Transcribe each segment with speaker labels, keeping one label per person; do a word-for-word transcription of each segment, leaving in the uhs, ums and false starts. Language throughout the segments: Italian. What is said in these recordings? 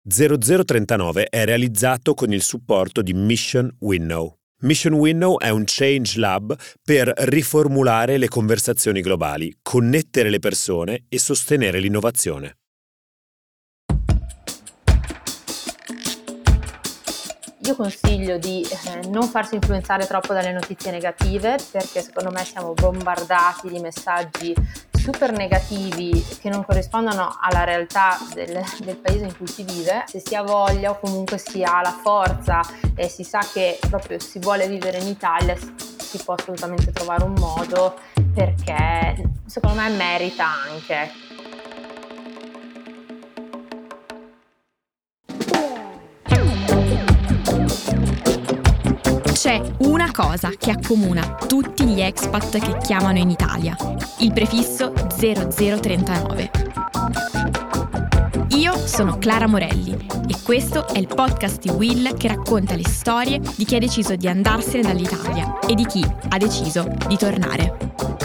Speaker 1: zero zero trentanove è realizzato con il supporto di Mission Winnow. Mission Winnow è un change lab per riformulare le conversazioni globali, connettere le persone e sostenere l'innovazione.
Speaker 2: Io consiglio di eh, non farsi influenzare troppo dalle notizie negative, perché secondo me siamo bombardati di messaggi super negativi che non corrispondono alla realtà del, del paese in cui si vive. Se si ha voglia o comunque si ha la forza e si sa che proprio si vuole vivere in Italia, si può assolutamente trovare un modo, perché secondo me merita anche.
Speaker 3: C'è una cosa che accomuna tutti gli expat che chiamano in Italia: il prefisso zero zero trentanove. Io sono Clara Morelli e questo è il podcast di Will che racconta le storie di chi ha deciso di andarsene dall'Italia e di chi ha deciso di tornare.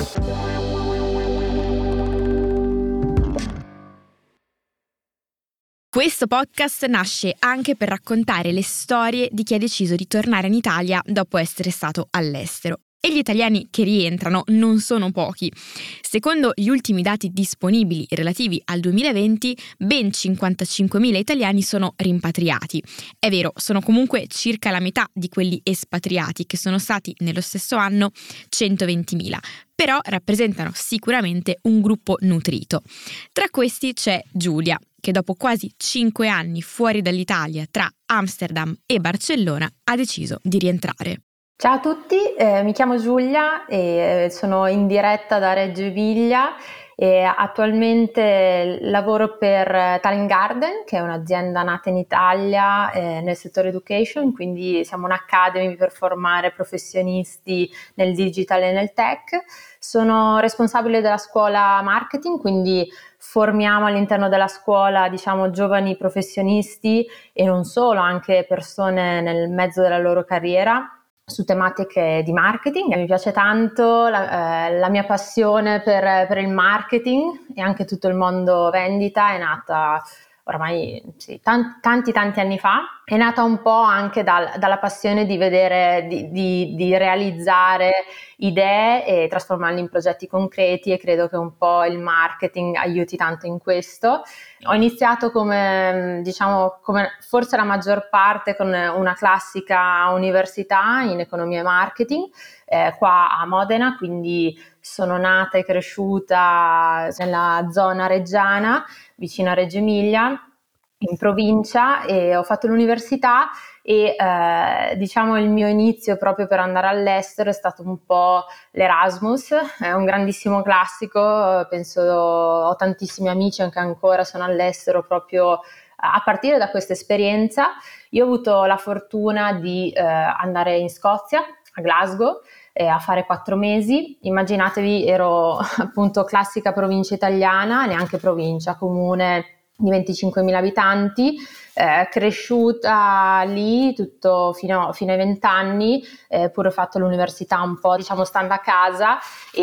Speaker 3: Questo podcast nasce anche per raccontare le storie di chi ha deciso di tornare in Italia dopo essere stato all'estero. E gli italiani che rientrano non sono pochi. Secondo gli ultimi dati disponibili relativi al duemilaventi, ben cinquantacinquemila italiani sono rimpatriati. È vero, sono comunque circa la metà di quelli espatriati, che sono stati nello stesso anno centoventimila. Però rappresentano sicuramente un gruppo nutrito. Tra questi c'è Giulia, che dopo quasi cinque anni fuori dall'Italia, tra Amsterdam e Barcellona, ha deciso di rientrare.
Speaker 2: Ciao a tutti, eh, mi chiamo Giulia e sono in diretta da Reggio Emilia e attualmente lavoro per Talent Garden, che è un'azienda nata in Italia eh, nel settore education, quindi siamo un'academy per formare professionisti nel digital e nel tech. Sono responsabile della scuola marketing, quindi formiamo all'interno della scuola, diciamo, giovani professionisti e non solo, anche persone nel mezzo della loro carriera su tematiche di marketing. Mi piace tanto la, eh, la mia passione per, per il marketing e anche tutto il mondo vendita è nata ormai sì, tanti, tanti tanti anni fa. È nata un po' anche dal, dalla passione di vedere, di, di, di realizzare idee e trasformarle in progetti concreti, e credo che un po' il marketing aiuti tanto in questo. Ho iniziato come, diciamo, come forse la maggior parte con una classica università in economia e marketing, eh, qua a Modena, quindi sono nata e cresciuta nella zona reggiana, vicino a Reggio Emilia, in provincia, e ho fatto l'università e eh, diciamo il mio inizio proprio per andare all'estero è stato un po' l'Erasmus, è un grandissimo classico, penso ho tantissimi amici anche ancora sono all'estero proprio a partire da questa esperienza. Io ho avuto la fortuna di eh, andare in Scozia, a Glasgow, eh, a fare quattro mesi. Immaginatevi, ero appunto classica provincia italiana, neanche provincia, comune di venticinquemila abitanti, eh, cresciuta lì tutto fino, fino ai venti anni, eh, pure ho fatto l'università un po', diciamo, stando a casa,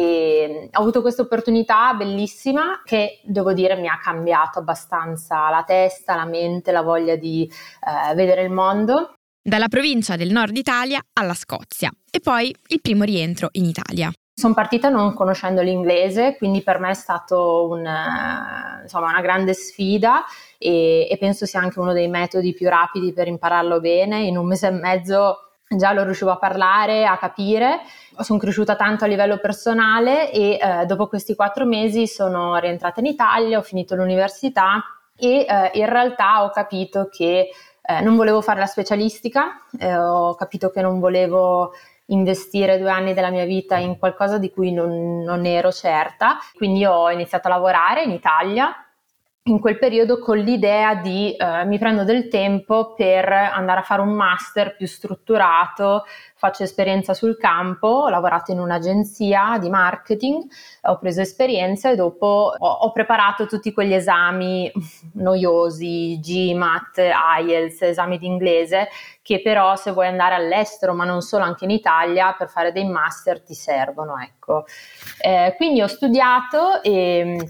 Speaker 2: e ho avuto questa opportunità bellissima che, devo dire, mi ha cambiato abbastanza la testa, la mente, la voglia di eh, vedere il mondo.
Speaker 3: Dalla provincia del nord Italia alla Scozia e poi il primo rientro in Italia.
Speaker 2: Sono partita non conoscendo l'inglese, quindi per me è stato un, insomma, una grande sfida e, e penso sia anche uno dei metodi più rapidi per impararlo bene. In un mese e mezzo già lo riuscivo a parlare, a capire. Sono cresciuta tanto a livello personale e eh, dopo questi quattro mesi sono rientrata in Italia, ho finito l'università e eh, in realtà ho capito che eh, non volevo fare la specialistica, eh, ho capito che non volevo investire due anni della mia vita in qualcosa di cui non, non ero certa, quindi ho iniziato a lavorare in Italia in quel periodo con l'idea di eh, mi prendo del tempo per andare a fare un master più strutturato, faccio esperienza sul campo, ho lavorato in un'agenzia di marketing, ho preso esperienza e dopo ho, ho preparato tutti quegli esami noiosi, GMAT, I E L T S, esami di inglese, che però se vuoi andare all'estero, ma non solo, anche in Italia, per fare dei master ti servono, ecco. Eh, quindi ho studiato e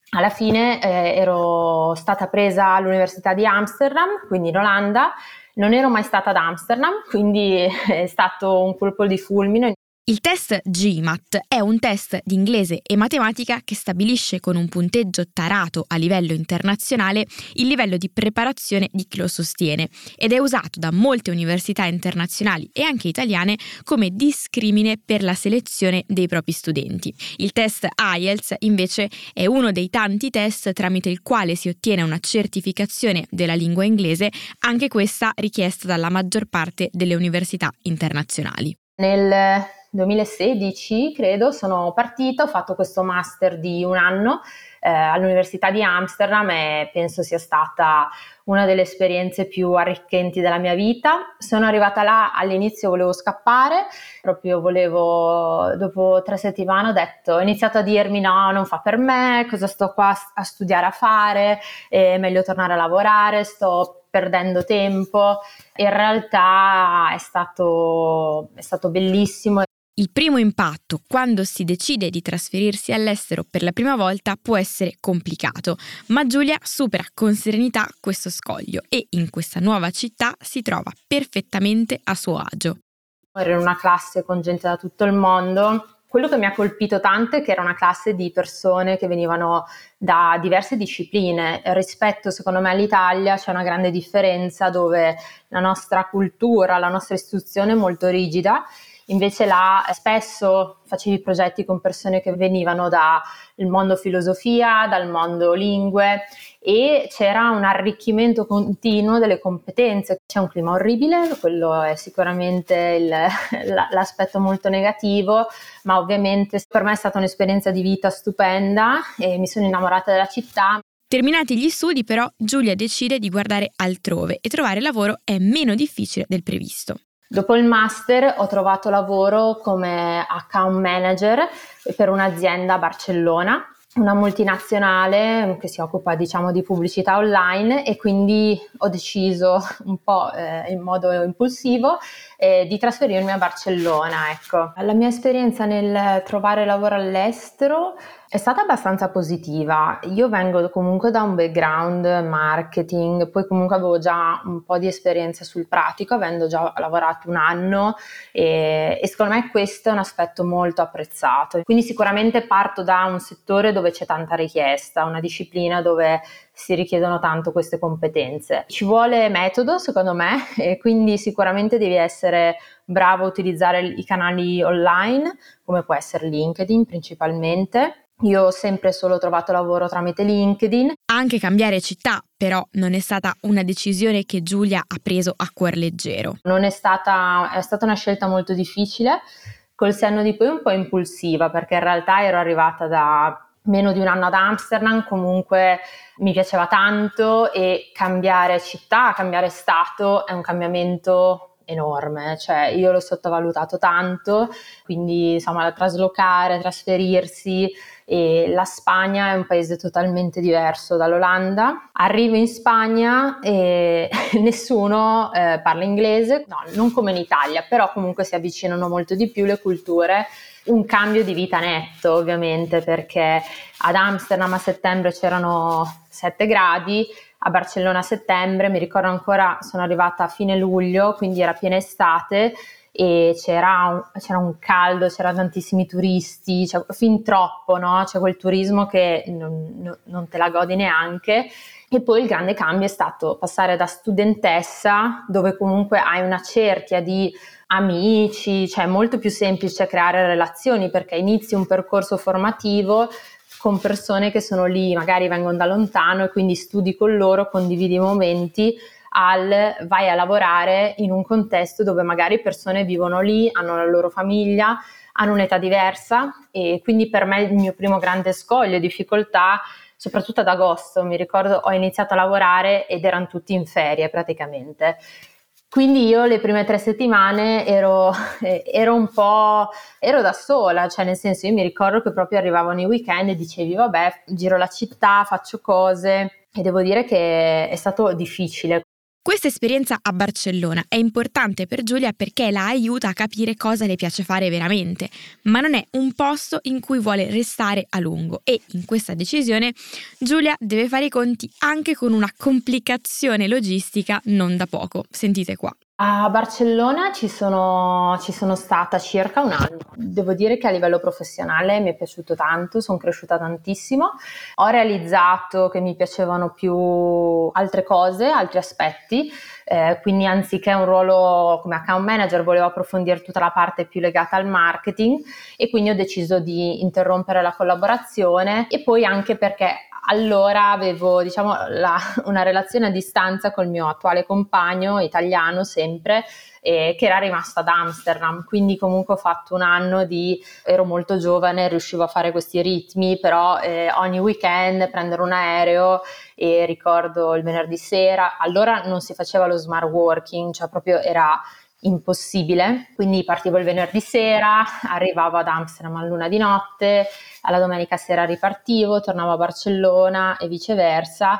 Speaker 2: alla fine eh, ero stata presa all'Università di Amsterdam, quindi in Olanda. Non ero mai stata ad Amsterdam, quindi è stato un colpo di fulmine.
Speaker 3: Il test GMAT è un test di inglese e matematica che stabilisce con un punteggio tarato a livello internazionale il livello di preparazione di chi lo sostiene ed è usato da molte università internazionali e anche italiane come discrimine per la selezione dei propri studenti. Il test I E L T S invece è uno dei tanti test tramite il quale si ottiene una certificazione della lingua inglese, anche questa richiesta dalla maggior parte delle università internazionali.
Speaker 2: Nel duemilasedici, credo, sono partita, ho fatto questo master di un anno eh, all'Università di Amsterdam e penso sia stata una delle esperienze più arricchenti della mia vita. Sono arrivata là, all'inizio volevo scappare, proprio volevo, dopo tre settimane ho detto, ho iniziato a dirmi no, non fa per me, cosa sto qua a studiare a fare, è meglio tornare a lavorare, sto perdendo tempo. In realtà è stato, è stato bellissimo.
Speaker 3: Il primo impatto quando si decide di trasferirsi all'estero per la prima volta può essere complicato, ma Giulia supera con serenità questo scoglio e in questa nuova città si trova perfettamente a suo agio.
Speaker 2: Ero in una classe con gente da tutto il mondo. Quello che mi ha colpito tanto è che era una classe di persone che venivano da diverse discipline. Rispetto, secondo me, all'Italia c'è una grande differenza dove la nostra cultura, la nostra istruzione è molto rigida. Invece là spesso facevi progetti con persone che venivano dal mondo filosofia, dal mondo lingue e c'era un arricchimento continuo delle competenze. C'è un clima orribile, quello è sicuramente il, l'aspetto molto negativo, ma ovviamente per me è stata un'esperienza di vita stupenda e mi sono innamorata della città.
Speaker 3: Terminati gli studi, però, Giulia decide di guardare altrove e trovare lavoro è meno difficile del previsto.
Speaker 2: Dopo il master ho trovato lavoro come account manager per un'azienda a Barcellona, una multinazionale che si occupa, diciamo, di pubblicità online, e quindi ho deciso un po' eh, in modo impulsivo eh, di trasferirmi a Barcellona. Ecco. La mia esperienza nel trovare lavoro all'estero è stata abbastanza positiva. Io vengo comunque da un background marketing, poi comunque avevo già un po' di esperienza sul pratico, avendo già lavorato un anno e, e secondo me questo è un aspetto molto apprezzato. Quindi sicuramente parto da un settore dove c'è tanta richiesta, una disciplina dove si richiedono tanto queste competenze. Ci vuole metodo, secondo me, e quindi sicuramente devi essere bravo a utilizzare i canali online, come può essere LinkedIn principalmente. Io ho sempre solo trovato lavoro tramite LinkedIn.
Speaker 3: Anche cambiare città, però, non è stata una decisione che Giulia ha preso a cuor leggero.
Speaker 2: Non è stata, è stata una scelta molto difficile, col senno di poi un po' impulsiva, perché in realtà ero arrivata da meno di un anno ad Amsterdam, comunque mi piaceva tanto e cambiare città, cambiare stato è un cambiamento enorme, cioè io l'ho sottovalutato tanto, quindi insomma traslocare, trasferirsi. E la Spagna è un paese totalmente diverso dall'Olanda. Arrivo in Spagna e nessuno eh, parla inglese, no, non come in Italia, però comunque si avvicinano molto di più le culture. Un cambio di vita netto, ovviamente, perché ad Amsterdam a settembre c'erano sette gradi, a Barcellona a settembre, mi ricordo ancora, sono arrivata a fine luglio, quindi era piena estate e c'era un, c'era un caldo, c'erano tantissimi turisti, cioè, fin troppo, no? C'è quel turismo che non, non te la godi neanche. E poi il grande cambio è stato passare da studentessa, dove comunque hai una cerchia di amici, cioè è molto più semplice creare relazioni perché inizi un percorso formativo con persone che sono lì, magari vengono da lontano e quindi studi con loro, condividi momenti, al vai a lavorare in un contesto dove magari persone vivono lì, hanno la loro famiglia, hanno un'età diversa e quindi per me il mio primo grande scoglio, difficoltà, soprattutto ad agosto, mi ricordo ho iniziato a lavorare ed erano tutti in ferie praticamente. Quindi io le prime tre settimane ero, eh, ero un po', ero da sola, cioè nel senso io mi ricordo che proprio arrivavano i weekend e dicevi vabbè, giro la città, faccio cose e devo dire che è stato difficile.
Speaker 3: Questa esperienza a Barcellona è importante per Giulia perché la aiuta a capire cosa le piace fare veramente, ma non è un posto in cui vuole restare a lungo e in questa decisione Giulia deve fare i conti anche con una complicazione logistica non da poco. Sentite qua.
Speaker 2: A Barcellona ci sono, ci sono stata circa un anno. Devo dire che a livello professionale mi è piaciuto tanto, sono cresciuta tantissimo. Ho realizzato che mi piacevano più altre cose, altri aspetti, eh, quindi anziché un ruolo come account manager volevo approfondire tutta la parte più legata al marketing e quindi ho deciso di interrompere la collaborazione e poi anche perché allora avevo, diciamo, la, una relazione a distanza col mio attuale compagno italiano sempre, eh, che era rimasto ad Amsterdam, quindi comunque ho fatto un anno di, ero molto giovane, riuscivo a fare questi ritmi, però eh, ogni weekend prendere un aereo e ricordo il venerdì sera, allora non si faceva lo smart working, cioè proprio era impossibile, quindi partivo il venerdì sera, arrivavo ad Amsterdam a luna di notte, alla domenica sera ripartivo, tornavo a Barcellona e viceversa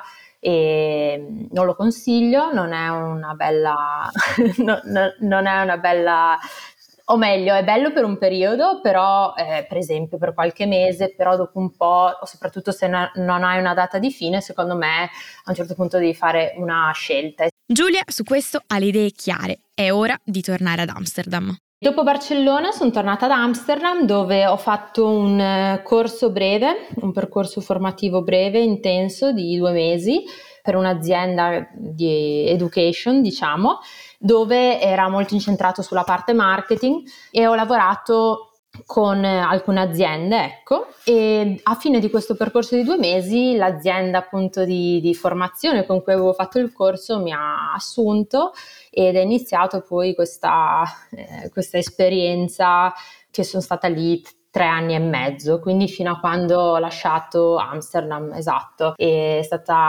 Speaker 2: e non lo consiglio, non è una bella no, no, non è una bella o meglio è bello per un periodo, però eh, per esempio per qualche mese, però dopo un po', soprattutto se no, non hai una data di fine, secondo me a un certo punto devi fare una scelta.
Speaker 3: Giulia su questo ha le idee chiare, è ora di tornare ad Amsterdam.
Speaker 2: Dopo Barcellona sono tornata ad Amsterdam dove ho fatto un corso breve, un percorso formativo breve, intenso di due mesi per un'azienda di education, diciamo, dove era molto incentrato sulla parte marketing e ho lavorato con alcune aziende, ecco, e a fine di questo percorso di due mesi l'azienda appunto di, di formazione con cui avevo fatto il corso mi ha assunto ed è iniziato poi questa, eh, questa esperienza che sono stata lì tre anni e mezzo, quindi fino a quando ho lasciato Amsterdam, esatto, è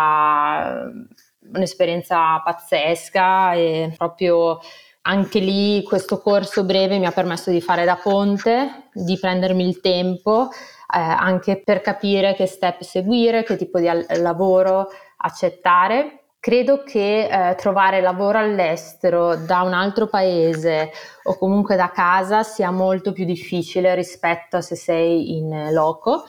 Speaker 2: stata un'esperienza pazzesca e proprio anche lì questo corso breve mi ha permesso di fare da ponte, di prendermi il tempo eh, anche per capire che step seguire, che tipo di al- lavoro accettare. Credo che eh, trovare lavoro all'estero da un altro paese o comunque da casa sia molto più difficile rispetto a se sei in loco,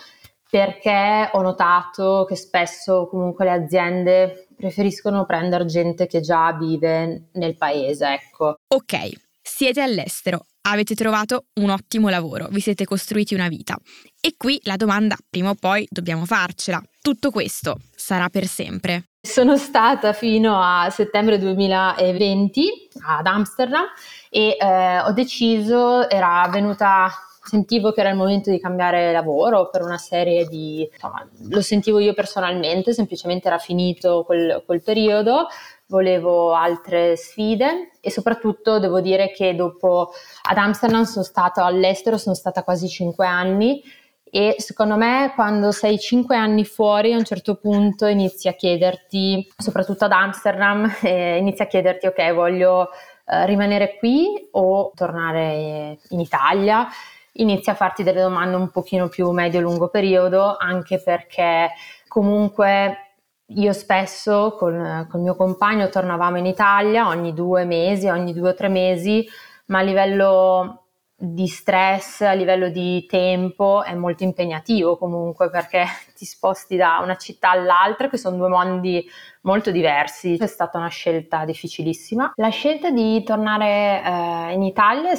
Speaker 2: perché ho notato che spesso comunque le aziende preferiscono prendere gente che già vive nel paese, ecco.
Speaker 3: Ok, siete all'estero, avete trovato un ottimo lavoro, vi siete costruiti una vita. E qui la domanda, prima o poi dobbiamo farcela. Tutto questo sarà per sempre?
Speaker 2: Sono stata fino a settembre duemilaventi ad Amsterdam e eh, ho deciso, era venuta... Sentivo che era il momento di cambiare lavoro per una serie di, insomma, lo sentivo io personalmente, semplicemente era finito quel, quel periodo, volevo altre sfide e soprattutto devo dire che dopo ad Amsterdam sono stata all'estero, sono stata quasi cinque anni e secondo me quando sei cinque anni fuori a un certo punto inizi a chiederti, soprattutto ad Amsterdam, eh, inizi a chiederti ok, voglio eh, rimanere qui o tornare in Italia. Inizi a farti delle domande un pochino più medio-lungo periodo, anche perché comunque io spesso con, con il mio compagno tornavamo in Italia ogni due mesi, ogni due o tre mesi, ma a livello di stress, a livello di tempo è molto impegnativo comunque perché ti sposti da una città all'altra che sono due mondi molto diversi. È stata una scelta difficilissima. La scelta di tornare eh, in Italia è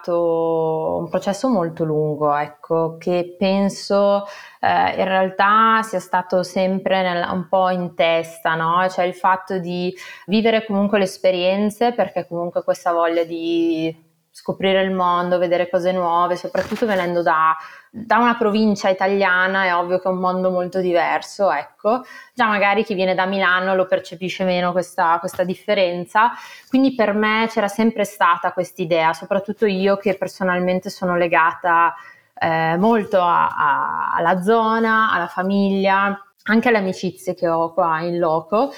Speaker 2: stato un processo molto lungo, ecco, che penso eh, in realtà sia stato sempre nel, un po' in testa, no? Cioè il fatto di vivere comunque le esperienze, perché comunque questa voglia di scoprire il mondo, vedere cose nuove, soprattutto venendo da, da una provincia italiana, è ovvio che è un mondo molto diverso, ecco. Già magari chi viene da Milano lo percepisce meno questa, questa differenza, quindi per me c'era sempre stata quest'idea, soprattutto io che personalmente sono legata eh, molto a, a, alla zona, alla famiglia, anche alle amicizie che ho qua in loco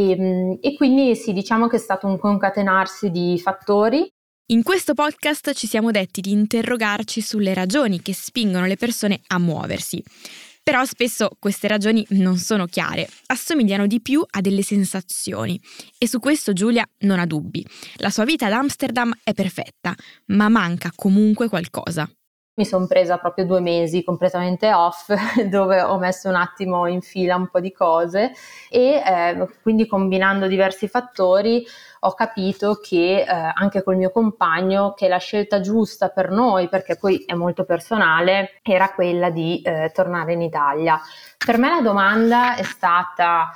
Speaker 2: e, e quindi sì, diciamo che è stato un concatenarsi di fattori.
Speaker 3: In questo podcast ci siamo detti di interrogarci sulle ragioni che spingono le persone a muoversi. Però spesso queste ragioni non sono chiare, assomigliano di più a delle sensazioni. E su questo Giulia non ha dubbi. La sua vita ad Amsterdam è perfetta, ma manca comunque qualcosa.
Speaker 2: Mi sono presa proprio due mesi completamente off, dove ho messo un attimo in fila un po' di cose e eh, quindi combinando diversi fattori ho capito che eh, anche col mio compagno che la scelta giusta per noi, perché poi è molto personale, era quella di eh, tornare in Italia. Per me la domanda è stata: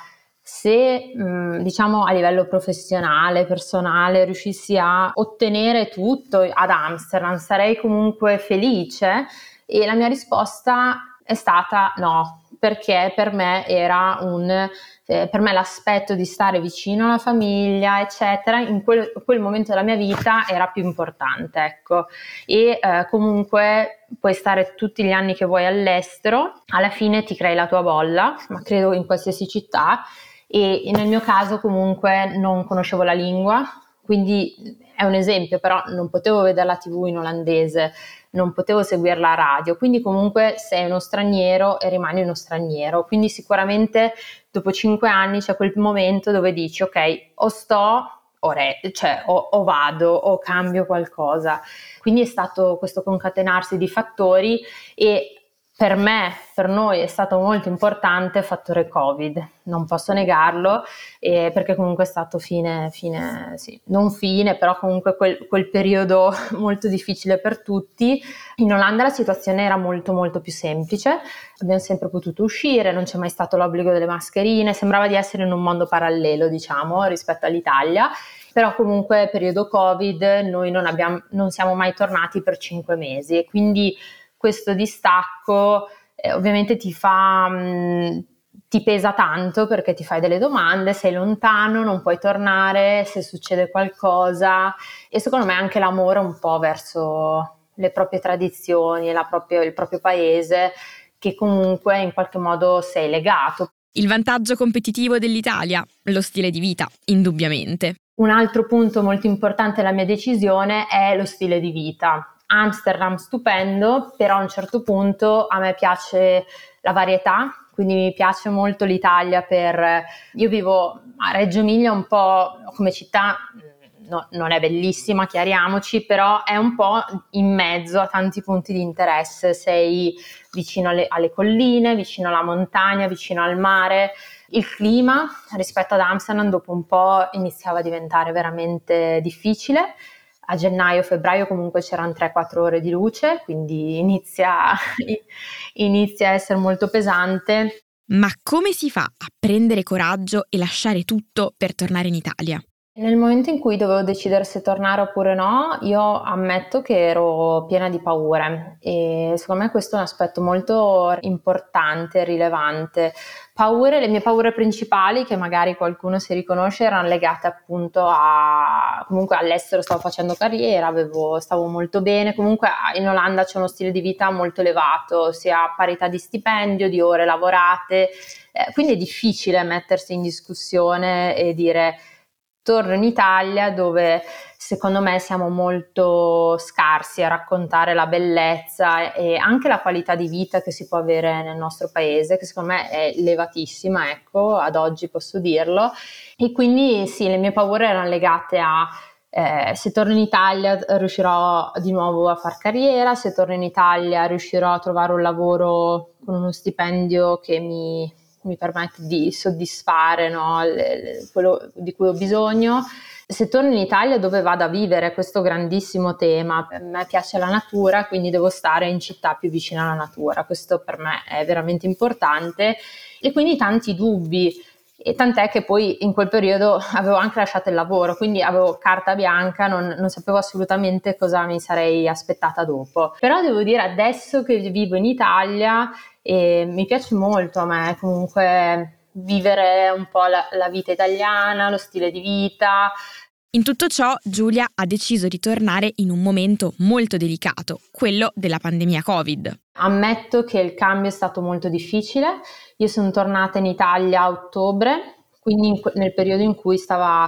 Speaker 2: se mh, diciamo a livello professionale, personale, riuscissi a ottenere tutto ad Amsterdam, sarei comunque felice? E la mia risposta è stata no, perché per me era un eh, per me l'aspetto di stare vicino alla famiglia, eccetera, in quel, quel momento della mia vita era più importante, ecco. E eh, comunque puoi stare tutti gli anni che vuoi all'estero, alla fine ti crei la tua bolla, ma credo in qualsiasi città. E nel mio caso comunque non conoscevo la lingua, quindi è un esempio, però non potevo vedere la tivù in olandese, non potevo seguire la radio, quindi comunque sei uno straniero e rimani uno straniero, quindi sicuramente dopo cinque anni c'è quel momento dove dici ok, o sto o, re, cioè, o, o vado o cambio qualcosa, quindi è stato questo concatenarsi di fattori e per me, per noi è stato molto importante il fattore Covid, non posso negarlo, eh, perché comunque è stato fine, fine sì, non fine, però comunque quel, quel periodo molto difficile per tutti. In Olanda la situazione era molto molto più semplice, abbiamo sempre potuto uscire, non c'è mai stato l'obbligo delle mascherine, sembrava di essere in un mondo parallelo, diciamo, rispetto all'Italia. Però comunque periodo Covid noi non, abbiamo, non siamo mai tornati per cinque mesi e quindi questo distacco eh, ovviamente ti fa, mh, ti pesa tanto perché ti fai delle domande, sei lontano, non puoi tornare se succede qualcosa e secondo me anche l'amore un po' verso le proprie tradizioni, la propria, il proprio paese, che comunque in qualche modo sei legato.
Speaker 3: Il vantaggio competitivo dell'Italia, lo stile di vita, indubbiamente.
Speaker 2: Un altro punto molto importante della mia decisione è lo stile di vita. Amsterdam stupendo, però a un certo punto a me piace la varietà, quindi mi piace molto l'Italia per... Io vivo a Reggio Emilia un po' come città, no, non è bellissima, chiariamoci, però è un po' in mezzo a tanti punti di interesse, sei vicino alle, alle colline, vicino alla montagna, vicino al mare. Il clima rispetto ad Amsterdam dopo un po' iniziava a diventare veramente difficile. A gennaio-febbraio comunque c'erano tre quattro ore di luce, quindi inizia, inizia a essere molto pesante.
Speaker 3: Ma come si fa a prendere coraggio e lasciare tutto per tornare in Italia?
Speaker 2: Nel momento in cui dovevo decidere se tornare oppure no, io ammetto che ero piena di paure e secondo me questo è un aspetto molto importante e rilevante. Paure, le mie paure principali, che magari qualcuno si riconosce, erano legate appunto a... comunque all'estero stavo facendo carriera, avevo, stavo molto bene, comunque in Olanda c'è uno stile di vita molto elevato, sia a parità di stipendio, di ore lavorate, eh, quindi è difficile mettersi in discussione e dire torno in Italia dove secondo me siamo molto scarsi a raccontare la bellezza e anche la qualità di vita che si può avere nel nostro paese, che secondo me è elevatissima, ecco, ad oggi posso dirlo. E quindi sì, le mie paure erano legate a eh, se torno in Italia riuscirò di nuovo a far carriera, se torno in Italia riuscirò a trovare un lavoro con uno stipendio che mi mi permette di soddisfare, no, le, le, quello di cui ho bisogno. Se torno in Italia dove vado a vivere, questo grandissimo tema, a me piace la natura, quindi devo stare in città più vicina alla natura, questo per me è veramente importante e quindi tanti dubbi, e tant'è che poi in quel periodo avevo anche lasciato il lavoro, quindi avevo carta bianca, non, non sapevo assolutamente cosa mi sarei aspettata dopo, però devo dire adesso che vivo in Italia e mi piace molto a me comunque vivere un po' la, la vita italiana, lo stile di vita.
Speaker 3: In tutto ciò Giulia ha deciso di tornare in un momento molto delicato, quello della pandemia Covid.
Speaker 2: Ammetto che il cambio è stato molto difficile. Io sono tornata in Italia a ottobre, quindi in, nel periodo in cui stava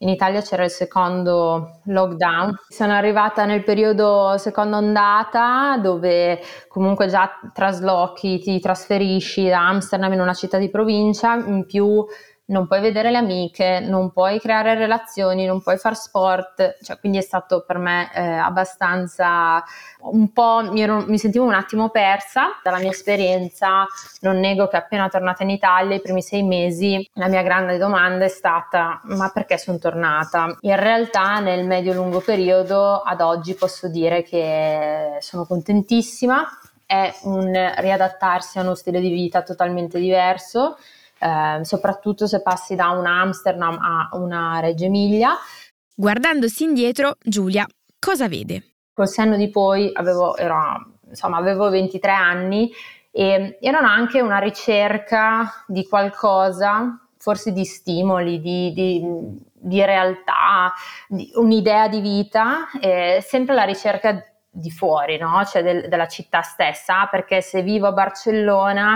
Speaker 2: in Italia c'era il secondo lockdown. Sono arrivata nel periodo seconda ondata, dove comunque già traslochi, ti trasferisci da Amsterdam in una città di provincia, in più non puoi vedere le amiche, non puoi creare relazioni, non puoi far sport, cioè, quindi è stato per me eh, abbastanza, un po' mi, ero, mi sentivo un attimo persa dalla mia esperienza. Non nego che appena tornata in Italia, i primi sei mesi, la mia grande domanda è stata: ma perché sono tornata? In realtà nel medio-lungo periodo, ad oggi, posso dire che sono contentissima. È un riadattarsi a uno stile di vita totalmente diverso, Eh, soprattutto se passi da una Amsterdam a una Reggio Emilia.
Speaker 3: Guardandosi indietro, Giulia cosa vede?
Speaker 2: Col senno di poi avevo, ero, insomma, avevo ventitré anni e erano anche una ricerca di qualcosa, forse di stimoli, di, di, di realtà, di un'idea di vita, eh, sempre la ricerca di fuori, no? Cioè del, della città stessa, perché se vivo a Barcellona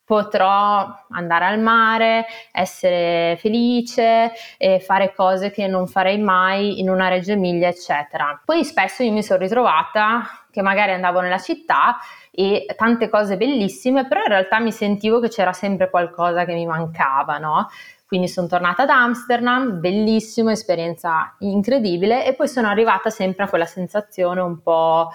Speaker 2: potrò andare al mare, essere felice e fare cose che non farei mai in una Reggio Emilia, eccetera. Poi spesso io mi sono ritrovata che magari andavo nella città e tante cose bellissime, però in realtà mi sentivo che c'era sempre qualcosa che mi mancava, no? Quindi sono tornata ad Amsterdam, bellissimo, esperienza incredibile, e poi sono arrivata sempre a quella sensazione un po'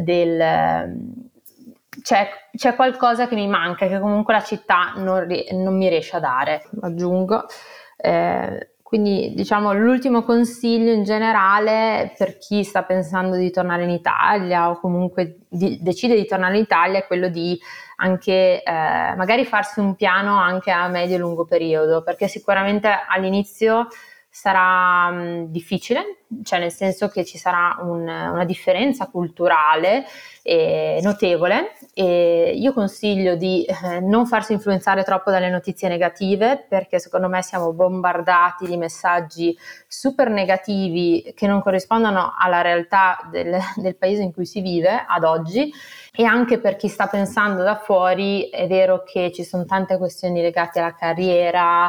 Speaker 2: del... C'è, c'è qualcosa che mi manca, che comunque la città non, non mi riesce a dare, aggiungo. Eh, quindi diciamo l'ultimo consiglio in generale per chi sta pensando di tornare in Italia o comunque di, decide di tornare in Italia è quello di anche eh, magari farsi un piano anche a medio e lungo periodo, perché sicuramente all'inizio sarà mh, difficile, cioè nel senso che ci sarà un, una differenza culturale eh, notevole, e io consiglio di eh, non farsi influenzare troppo dalle notizie negative, perché secondo me siamo bombardati di messaggi super negativi che non corrispondono alla realtà del, del paese in cui si vive ad oggi. E anche per chi sta pensando da fuori è vero che ci sono tante questioni legate alla carriera,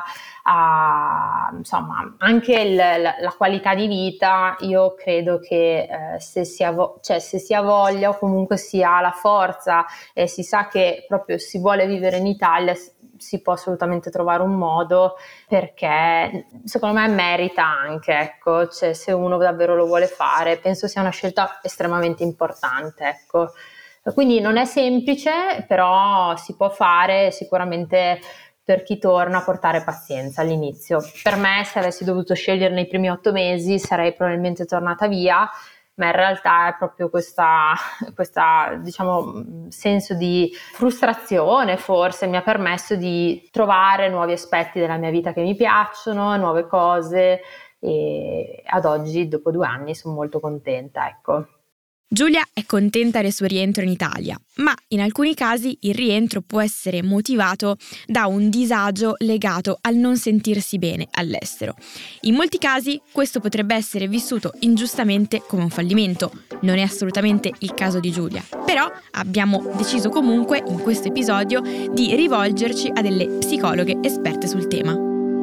Speaker 2: a, insomma anche il, la, la qualità di vita. Io credo che eh, se, si ha vo- cioè, se si ha voglia o comunque si ha la forza e si sa che proprio si vuole vivere in Italia, si può assolutamente trovare un modo, perché secondo me merita anche, ecco, cioè, se uno davvero lo vuole fare, penso sia una scelta estremamente importante, ecco. Quindi non è semplice, però si può fare. Sicuramente per chi torna a portare pazienza all'inizio. Per me, se avessi dovuto scegliere nei primi otto mesi, sarei probabilmente tornata via, ma in realtà è proprio questa, questa diciamo, senso di frustrazione forse mi ha permesso di trovare nuovi aspetti della mia vita che mi piacciono, nuove cose, e ad oggi, dopo due anni, sono molto contenta, ecco.
Speaker 3: Giulia è contenta del suo rientro in Italia, ma in alcuni casi il rientro può essere motivato da un disagio legato al non sentirsi bene all'estero. In molti casi questo potrebbe essere vissuto ingiustamente come un fallimento. Non è assolutamente il caso di Giulia, però abbiamo deciso comunque in questo episodio di rivolgerci a delle psicologhe esperte sul tema.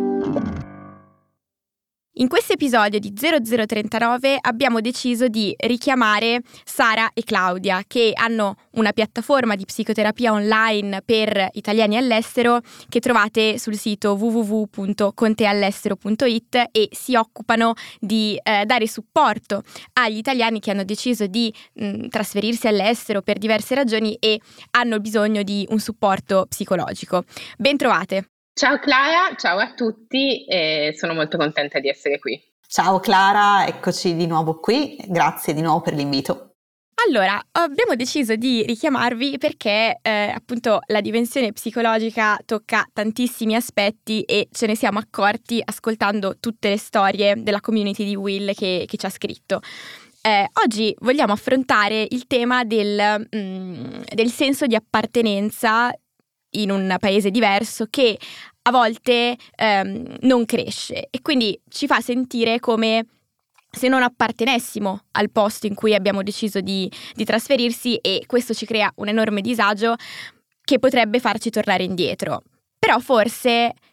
Speaker 3: In questo episodio di zero zero trentanove abbiamo deciso di richiamare Sara e Claudia, che hanno una piattaforma di psicoterapia online per italiani all'estero che trovate sul sito w w w punto conteallestero punto i t, e si occupano di eh, dare supporto agli italiani che hanno deciso di mh, trasferirsi all'estero per diverse ragioni e hanno bisogno di un supporto psicologico. Ben trovate!
Speaker 4: Ciao Clara, ciao a tutti e sono molto contenta di essere qui.
Speaker 5: Ciao Clara, eccoci di nuovo qui, grazie di nuovo per l'invito.
Speaker 3: Allora, abbiamo deciso di richiamarvi perché eh, appunto la dimensione psicologica tocca tantissimi aspetti e ce ne siamo accorti ascoltando tutte le storie della community di Will che, che ci ha scritto. Eh, oggi vogliamo affrontare il tema del, mm, del senso di appartenenza in un paese diverso che a volte ehm, non cresce e quindi ci fa sentire come se non appartenessimo al posto in cui abbiamo deciso di, di trasferirsi, e questo ci crea un enorme disagio che potrebbe farci tornare indietro. Però forse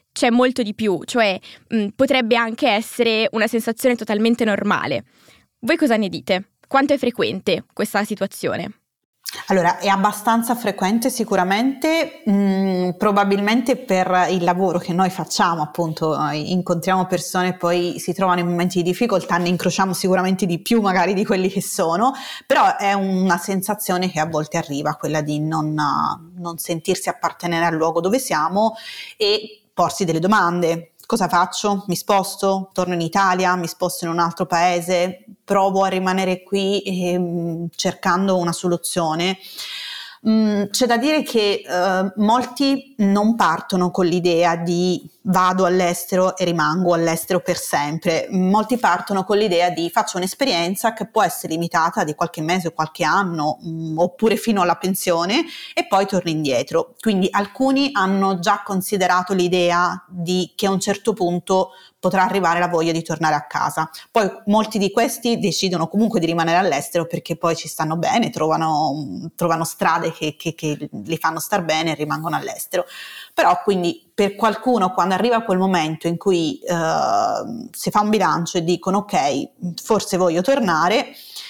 Speaker 3: c'è molto di più, cioè mh, potrebbe anche essere una sensazione totalmente normale. Voi cosa ne dite? Quanto è frequente questa situazione?
Speaker 5: Allora, è abbastanza frequente sicuramente, mh, probabilmente per il lavoro che noi facciamo, appunto, incontriamo persone e poi si trovano in momenti di difficoltà, ne incrociamo sicuramente di più magari di quelli che sono, però è una sensazione che a volte arriva, quella di non, non sentirsi appartenere al luogo dove siamo e porsi delle domande. Cosa faccio? Mi sposto? Torno in Italia? Mi sposto in un altro paese? Provo a rimanere qui ehm, cercando una soluzione? Mm, c'è da dire che eh, molti non partono con l'idea di vado all'estero e rimango all'estero per sempre. Molti partono con l'idea di faccio un'esperienza che può essere limitata di qualche mese o qualche anno, mh, oppure fino alla pensione, e poi torno indietro. Quindi alcuni hanno già considerato l'idea di che a un certo punto potrà arrivare la voglia di tornare a casa. Poi molti di questi decidono comunque di rimanere all'estero perché poi ci stanno bene, trovano, trovano strade che, che, che li fanno star bene e rimangono all'estero. Però quindi per qualcuno, quando arriva quel momento in cui uh, si fa un bilancio e dicono ok, forse voglio tornare,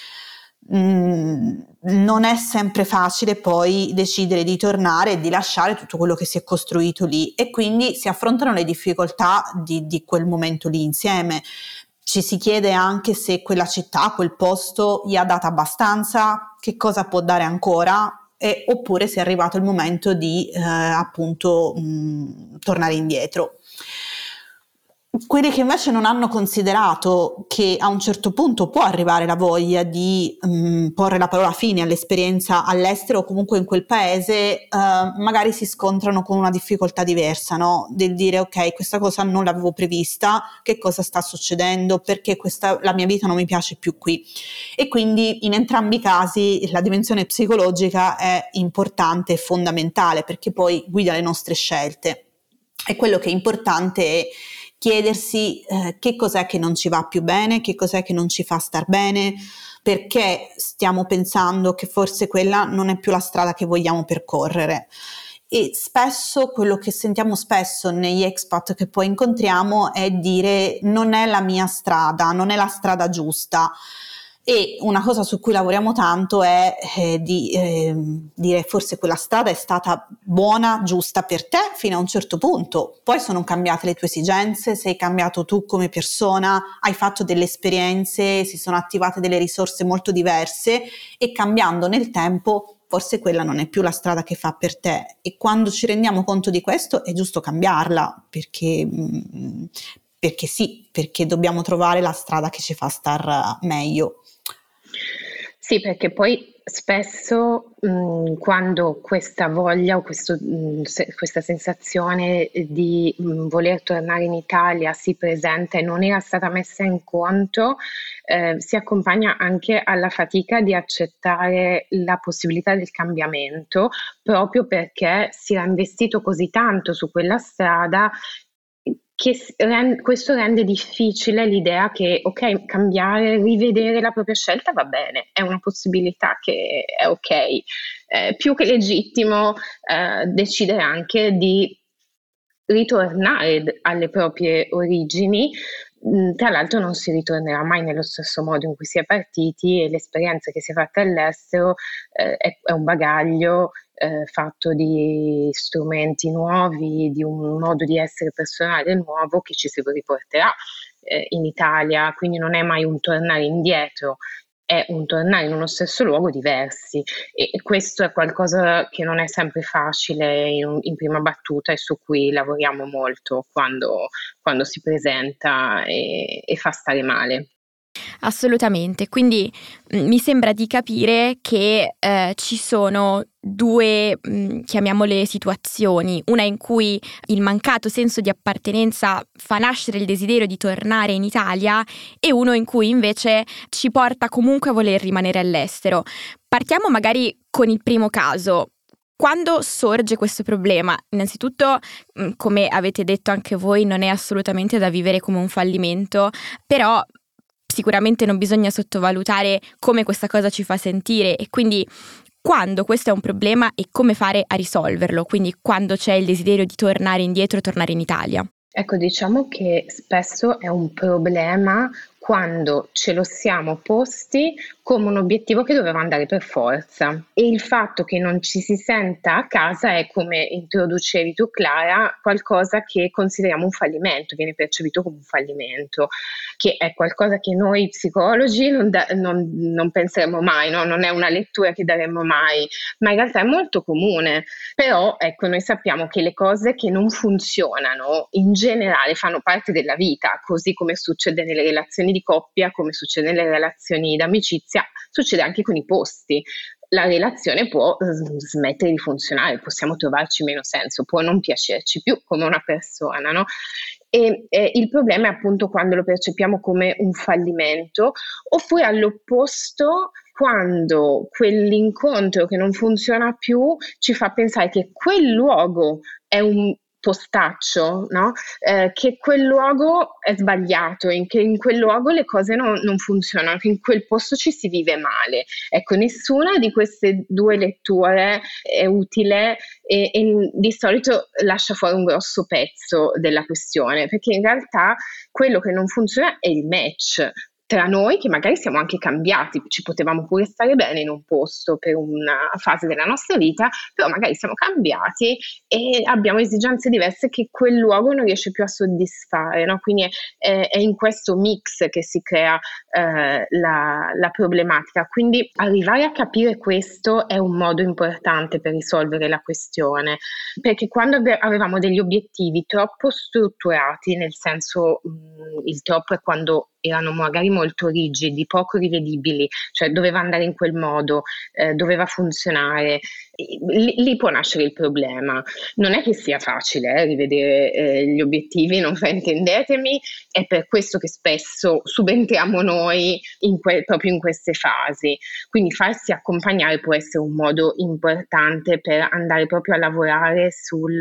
Speaker 5: mh, non è sempre facile poi decidere di tornare e di lasciare tutto quello che si è costruito lì, e quindi si affrontano le difficoltà di, di quel momento lì insieme. Ci si chiede anche se quella città, quel posto gli ha dato abbastanza, che cosa può dare ancora, e, oppure se è arrivato il momento di eh, appunto mh, tornare indietro. Quelli che invece non hanno considerato che a un certo punto può arrivare la voglia di mh, porre la parola fine all'esperienza all'estero o comunque in quel paese, eh, magari si scontrano con una difficoltà diversa, no? Del dire ok, questa cosa non l'avevo prevista, che cosa sta succedendo, perché questa, la mia vita non mi piace più qui. E quindi in entrambi i casi la dimensione psicologica è importante e fondamentale, perché poi guida le nostre scelte. E quello che è importante è chiedersi eh, che cos'è che non ci va più bene, che cos'è che non ci fa star bene, perché stiamo pensando che forse quella non è più la strada che vogliamo percorrere. E spesso quello che sentiamo spesso negli expat che poi incontriamo è dire non è la mia strada, non è la strada giusta. E una cosa su cui lavoriamo tanto è eh, di eh, dire forse quella strada è stata buona, giusta per te fino a un certo punto, poi sono cambiate le tue esigenze, sei cambiato tu come persona, hai fatto delle esperienze, si sono attivate delle risorse molto diverse e cambiando nel tempo forse quella non è più la strada che fa per te, e quando ci rendiamo conto di questo è giusto cambiarla, perché, perché sì, perché dobbiamo trovare la strada che ci fa star meglio.
Speaker 4: Sì, perché poi spesso mh, quando questa voglia o questo, mh, se, questa sensazione di mh, voler tornare in Italia si presenta e non era stata messa in conto, eh, si accompagna anche alla fatica di accettare la possibilità del cambiamento, proprio perché si era investito così tanto su quella strada che questo rende difficile l'idea che ok, cambiare, rivedere la propria scelta va bene, è una possibilità che è ok, eh, più che legittimo eh, decidere anche di ritornare alle proprie origini. Tra l'altro non si ritornerà mai nello stesso modo in cui si è partiti, e l'esperienza che si è fatta all'estero eh, è, è un bagaglio eh, fatto di strumenti nuovi, di un modo di essere personale nuovo che ci si riporterà eh, in Italia, quindi non è mai un tornare indietro, è un tornare in uno stesso luogo diversi, e, e questo è qualcosa che non è sempre facile in, in prima battuta e su cui lavoriamo molto quando, quando si presenta e, e fa stare male.
Speaker 3: Assolutamente, quindi mh, mi sembra di capire che eh, ci sono due, mh, chiamiamole situazioni, una in cui il mancato senso di appartenenza fa nascere il desiderio di tornare in Italia, e uno in cui invece ci porta comunque a voler rimanere all'estero. Partiamo magari con il primo caso. Quando sorge questo problema? Innanzitutto, come avete detto anche voi, non è assolutamente da vivere come un fallimento, però sicuramente non bisogna sottovalutare come questa cosa ci fa sentire, e quindi quando questo è un problema e come fare a risolverlo, quindi quando c'è il desiderio di tornare indietro e tornare in Italia.
Speaker 4: Ecco, diciamo che spesso è un problema quando ce lo siamo posti come un obiettivo che doveva andare per forza, e il fatto che non ci si senta a casa è, come introducevi tu Clara, qualcosa che consideriamo un fallimento, viene percepito come un fallimento, che è qualcosa che noi psicologi non, da, non, non penseremmo mai, no? Non è una lettura che daremmo mai, ma in realtà è molto comune. Però ecco, noi sappiamo che le cose che non funzionano in generale fanno parte della vita, così come succede nelle relazioni di coppia, come succede nelle relazioni d'amicizia, succede anche con i posti. La relazione può smettere di funzionare, possiamo trovarci meno senso, può non piacerci più come una persona, no? E eh, il problema è appunto quando lo percepiamo come un fallimento, oppure all'opposto, quando quell'incontro che non funziona più ci fa pensare che quel luogo è un postaccio, no? Eh, che quel luogo è sbagliato, in che in quel luogo le cose non, non funzionano, che in quel posto ci si vive male. Ecco, nessuna di queste due letture è utile e, e di solito lascia fuori un grosso pezzo della questione, perché in realtà quello che non funziona è il match tra noi, che magari siamo anche cambiati, ci potevamo pure stare bene in un posto per una fase della nostra vita, però magari siamo cambiati e abbiamo esigenze diverse che quel luogo non riesce più a soddisfare, no? Quindi è, è in questo mix che si crea eh, la, la problematica. Quindi arrivare a capire questo è un modo importante per risolvere la questione, perché quando avevamo degli obiettivi troppo strutturati, nel senso mh, il troppo è quando erano magari molto rigidi, poco rivedibili, cioè doveva andare in quel modo, eh, doveva funzionare, lì, lì può nascere il problema. Non è che sia facile eh, rivedere eh, gli obiettivi, non fraintendetemi, è per questo che spesso subentriamo noi in que- proprio in queste fasi. Quindi farsi accompagnare può essere un modo importante per andare proprio a lavorare sul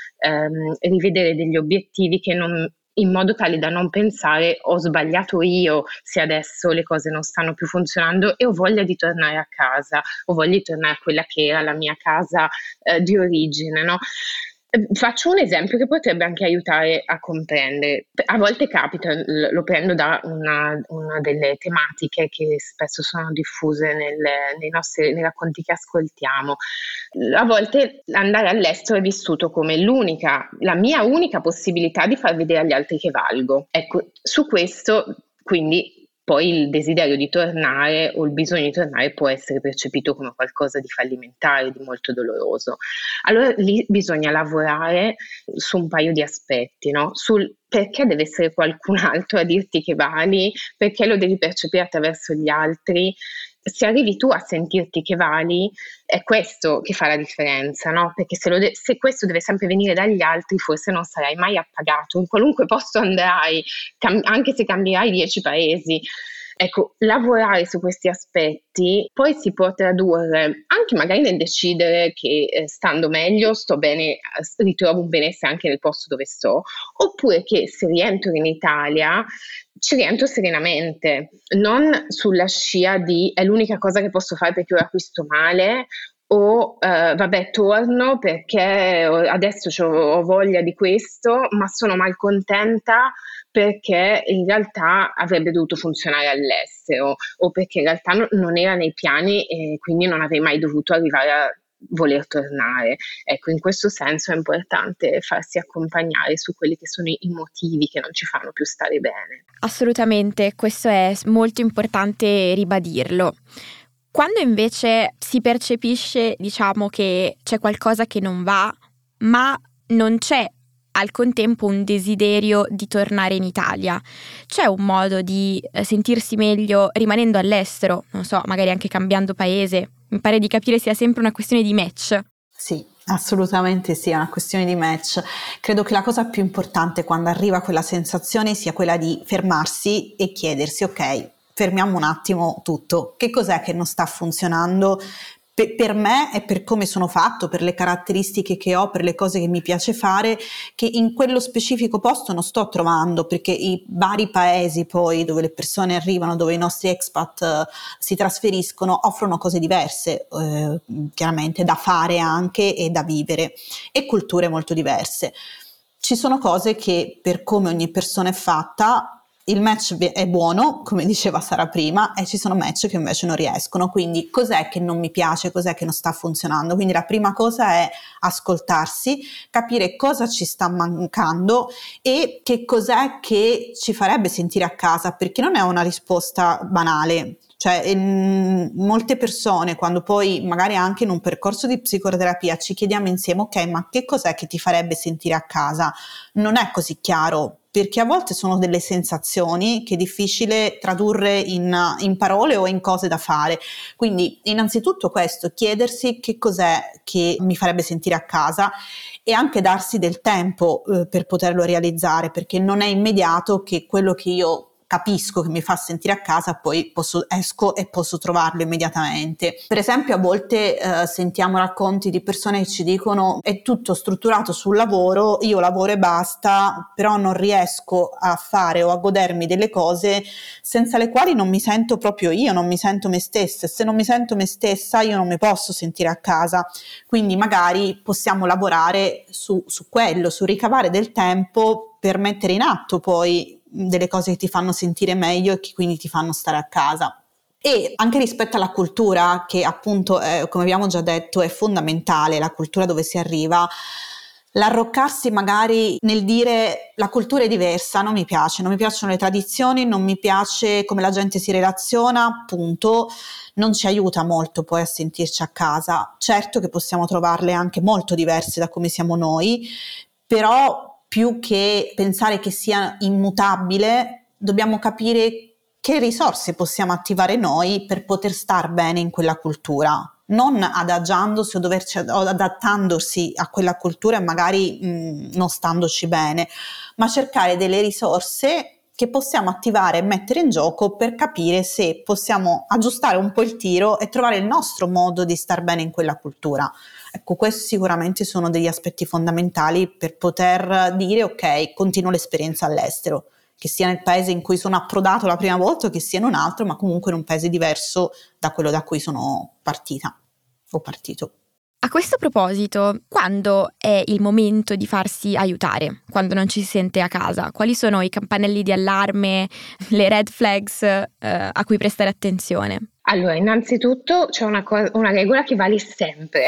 Speaker 4: ehm, rivedere degli obiettivi che non in modo tale da non pensare ho sbagliato io se adesso le cose non stanno più funzionando e ho voglia di tornare a casa, ho voglia di tornare a quella che era la mia casa eh, di origine, no? Faccio un esempio che potrebbe anche aiutare a comprendere. A volte capita, lo prendo da una, una delle tematiche che spesso sono diffuse nel, nei nostri nei racconti che ascoltiamo. A volte andare all'estero è vissuto come l'unica, la mia unica possibilità di far vedere agli altri che valgo. Ecco, su questo quindi poi il desiderio di tornare o il bisogno di tornare può essere percepito come qualcosa di fallimentare, di molto doloroso. Allora lì bisogna lavorare su un paio di aspetti, no? Sul perché deve essere qualcun altro a dirti che vali, perché lo devi percepire attraverso gli altri. Se arrivi tu a sentirti che vali, è questo che fa la differenza, no? Perché se, lo de- se questo deve sempre venire dagli altri, forse non sarai mai appagato. In qualunque posto andrai, cam- anche se cambierai dieci paesi. Ecco, lavorare su questi aspetti poi si può tradurre anche magari nel decidere che eh, stando meglio, sto bene, ritrovo un benessere anche nel posto dove sto, oppure che se rientro in Italia ci rientro serenamente, non sulla scia di è l'unica cosa che posso fare perché ora qui sto male, o eh, vabbè torno perché adesso ho voglia di questo, ma sono malcontenta perché in realtà avrebbe dovuto funzionare all'estero o perché in realtà no, non era nei piani e quindi non avrei mai dovuto arrivare a voler tornare. Ecco, in questo senso è importante farsi accompagnare su quelli che sono i motivi che non ci fanno più stare bene.
Speaker 3: Assolutamente, questo è molto importante ribadirlo. Quando invece si percepisce, diciamo, che c'è qualcosa che non va, ma non c'è al contempo un desiderio di tornare in Italia, c'è un modo di sentirsi meglio rimanendo all'estero, non so, magari anche cambiando paese? Mi pare di capire sia sempre una questione di match.
Speaker 5: Sì, assolutamente sì, è una questione di match. Credo che la cosa più importante quando arriva quella sensazione sia quella di fermarsi e chiedersi, ok, fermiamo un attimo tutto, che cos'è che non sta funzionando? pe- per me e per come sono fatto, per le caratteristiche che ho, per le cose che mi piace fare, che in quello specifico posto non sto trovando, perché i vari paesi poi dove le persone arrivano, dove i nostri expat eh, si trasferiscono, offrono cose diverse, eh, chiaramente da fare anche e da vivere, e culture molto diverse. Ci sono cose che, per come ogni persona è fatta, il match è buono, come diceva Sara prima, e ci sono match che invece non riescono. Quindi cos'è che non mi piace, cos'è che non sta funzionando? Quindi la prima cosa è ascoltarsi, capire cosa ci sta mancando e che cos'è che ci farebbe sentire a casa, perché non è una risposta banale. Cioè, in molte persone, quando poi magari anche in un percorso di psicoterapia ci chiediamo insieme, ok, ma che cos'è che ti farebbe sentire a casa? Non è così chiaro, perché a volte sono delle sensazioni che è difficile tradurre in, in parole o in cose da fare. Quindi innanzitutto questo, chiedersi che cos'è che mi farebbe sentire a casa e anche darsi del tempo eh, per poterlo realizzare, perché non è immediato che quello che io capisco che mi fa sentire a casa, poi posso, esco e posso trovarlo immediatamente. Per esempio, a volte eh, sentiamo racconti di persone che ci dicono è tutto strutturato sul lavoro, io lavoro e basta, però non riesco a fare o a godermi delle cose senza le quali non mi sento proprio io, non mi sento me stessa, e se non mi sento me stessa io non mi posso sentire a casa. Quindi magari possiamo lavorare su, su quello, su ricavare del tempo per mettere in atto poi delle cose che ti fanno sentire meglio e che quindi ti fanno stare a casa. E anche rispetto alla cultura, che appunto è, come abbiamo già detto, è fondamentale, la cultura dove si arriva, l'arroccarsi magari nel dire la cultura è diversa, non mi piace, non mi piacciono le tradizioni, non mi piace come la gente si relaziona, punto, non ci aiuta molto poi a sentirci a casa. Certo che possiamo trovarle anche molto diverse da come siamo noi, però più che pensare che sia immutabile, dobbiamo capire che risorse possiamo attivare noi per poter star bene in quella cultura, non adagiandosi o, doverci, o adattandosi a quella cultura e magari mh, non standoci bene, ma cercare delle risorse che possiamo attivare e mettere in gioco per capire se possiamo aggiustare un po' il tiro e trovare il nostro modo di star bene in quella cultura. Ecco, questi sicuramente sono degli aspetti fondamentali per poter dire ok, continuo l'esperienza all'estero, che sia nel paese in cui sono approdato la prima volta o che sia in un altro, ma comunque in un paese diverso da quello da cui sono partita o partito.
Speaker 3: A questo proposito, quando è il momento di farsi aiutare? Quando non ci si sente a casa? Quali sono i campanelli di allarme, le red flags eh, a cui prestare attenzione?
Speaker 4: Allora, innanzitutto c'è una, co- una regola che vale sempre,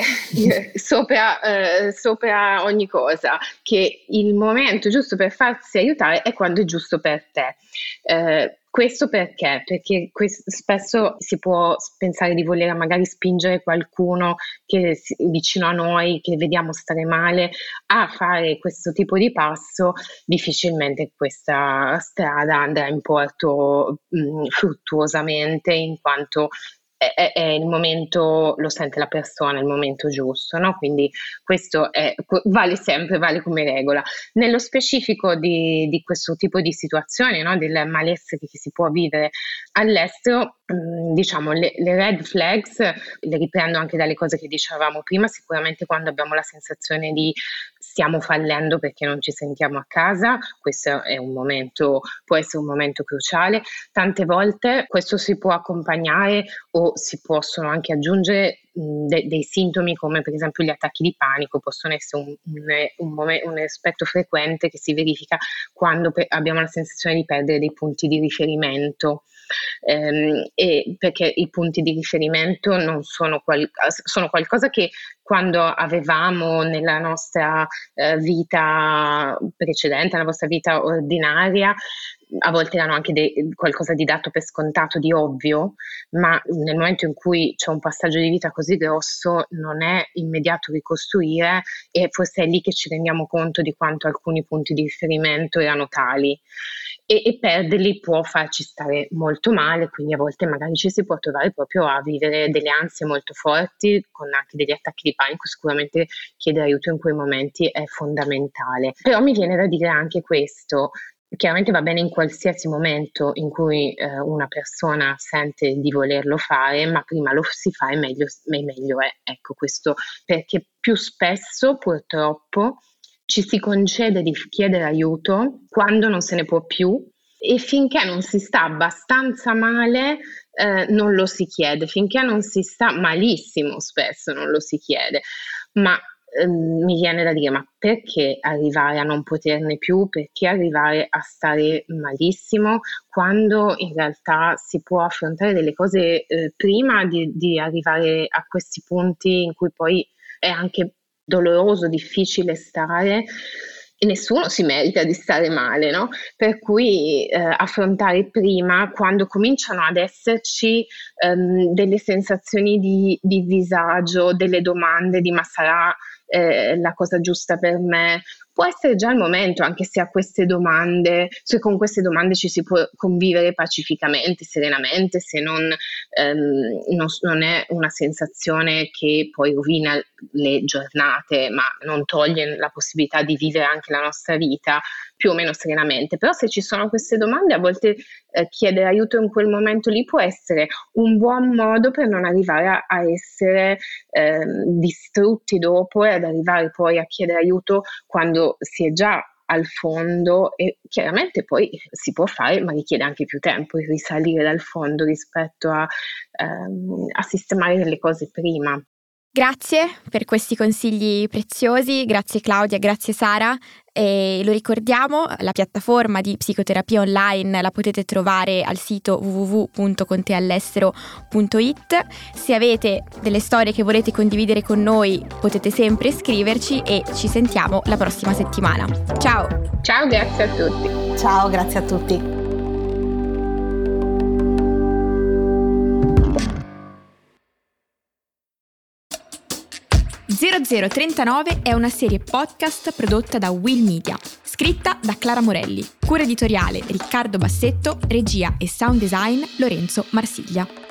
Speaker 4: sopra, eh, sopra ogni cosa, che il momento giusto per farsi aiutare è quando è giusto per te. Eh, questo perché? Perché questo, spesso si può pensare di voler magari spingere qualcuno che è vicino a noi, che vediamo stare male, a fare questo tipo di passo. Difficilmente questa strada andrà in porto mh, fruttuosamente, in quanto è, è il momento, lo sente la persona, è il momento giusto, no? Quindi questo è, vale sempre, vale come regola. Nello specifico di, di questo tipo di situazione, no? Del malessere che si può vivere all'estero, mh, diciamo le, le red flags le riprendo anche dalle cose che dicevamo prima. Sicuramente quando abbiamo la sensazione di stiamo fallendo perché non ci sentiamo a casa, questo è un momento, può essere un momento cruciale. Tante volte questo si può accompagnare o si possono anche aggiungere mh, de- dei sintomi come per esempio gli attacchi di panico, possono essere un, un, un, momen- un aspetto frequente che si verifica quando pe- abbiamo la sensazione di perdere dei punti di riferimento. Ehm, e perché i punti di riferimento non sono, qual- sono qualcosa che quando avevamo nella nostra eh, vita precedente, nella vostra vita ordinaria, a volte erano anche de- qualcosa di dato per scontato, di ovvio, ma nel momento in cui c'è un passaggio di vita così grosso non è immediato ricostruire, e forse è lì che ci rendiamo conto di quanto alcuni punti di riferimento erano tali, e, e perderli può farci stare molto male, quindi a volte magari ci si può trovare proprio a vivere delle ansie molto forti con anche degli attacchi di panico. Sicuramente chiedere aiuto in quei momenti è fondamentale, però mi viene da dire anche questo: chiaramente va bene in qualsiasi momento in cui eh, una persona sente di volerlo fare, ma prima lo si fa e meglio, e meglio è. Ecco, questo perché più spesso purtroppo ci si concede di chiedere aiuto quando non se ne può più, e finché non si sta abbastanza male eh, non lo si chiede, finché non si sta malissimo spesso non lo si chiede, ma ehm, mi viene da dire, ma perché arrivare a non poterne più, perché arrivare a stare malissimo quando in realtà si può affrontare delle cose eh, prima di, di arrivare a questi punti in cui poi è anche doloroso, difficile stare, e nessuno si merita di stare male, no? Per cui eh, affrontare prima, quando cominciano ad esserci ehm, delle sensazioni di, di disagio, delle domande di ma sarà eh, la cosa giusta per me, può essere già il momento, anche se a queste domande, se con queste domande ci si può convivere pacificamente, serenamente, se non, ehm, non, non è una sensazione che poi rovina le giornate, ma non toglie la possibilità di vivere anche la nostra vita più o meno serenamente. Però se ci sono queste domande, a volte eh, chiedere aiuto in quel momento lì può essere un buon modo per non arrivare a, a essere eh, distrutti dopo e ad arrivare poi a chiedere aiuto quando si è già al fondo, e chiaramente poi si può fare, ma richiede anche più tempo il risalire dal fondo rispetto a, ehm, a sistemare delle cose prima.
Speaker 3: Grazie per questi consigli preziosi, grazie Claudia, grazie Sara. E lo ricordiamo, la piattaforma di psicoterapia online la potete trovare al sito w w w punto conteallestero punto i t. Se avete delle storie che volete condividere con noi potete sempre scriverci e ci sentiamo la prossima settimana. Ciao!
Speaker 4: Ciao, grazie a tutti!
Speaker 5: Ciao, grazie a tutti!
Speaker 3: zero zero trentanove è una serie podcast prodotta da Will Media, scritta da Clara Morelli, cura editoriale Riccardo Bassetto, regia e sound design Lorenzo Marsiglia.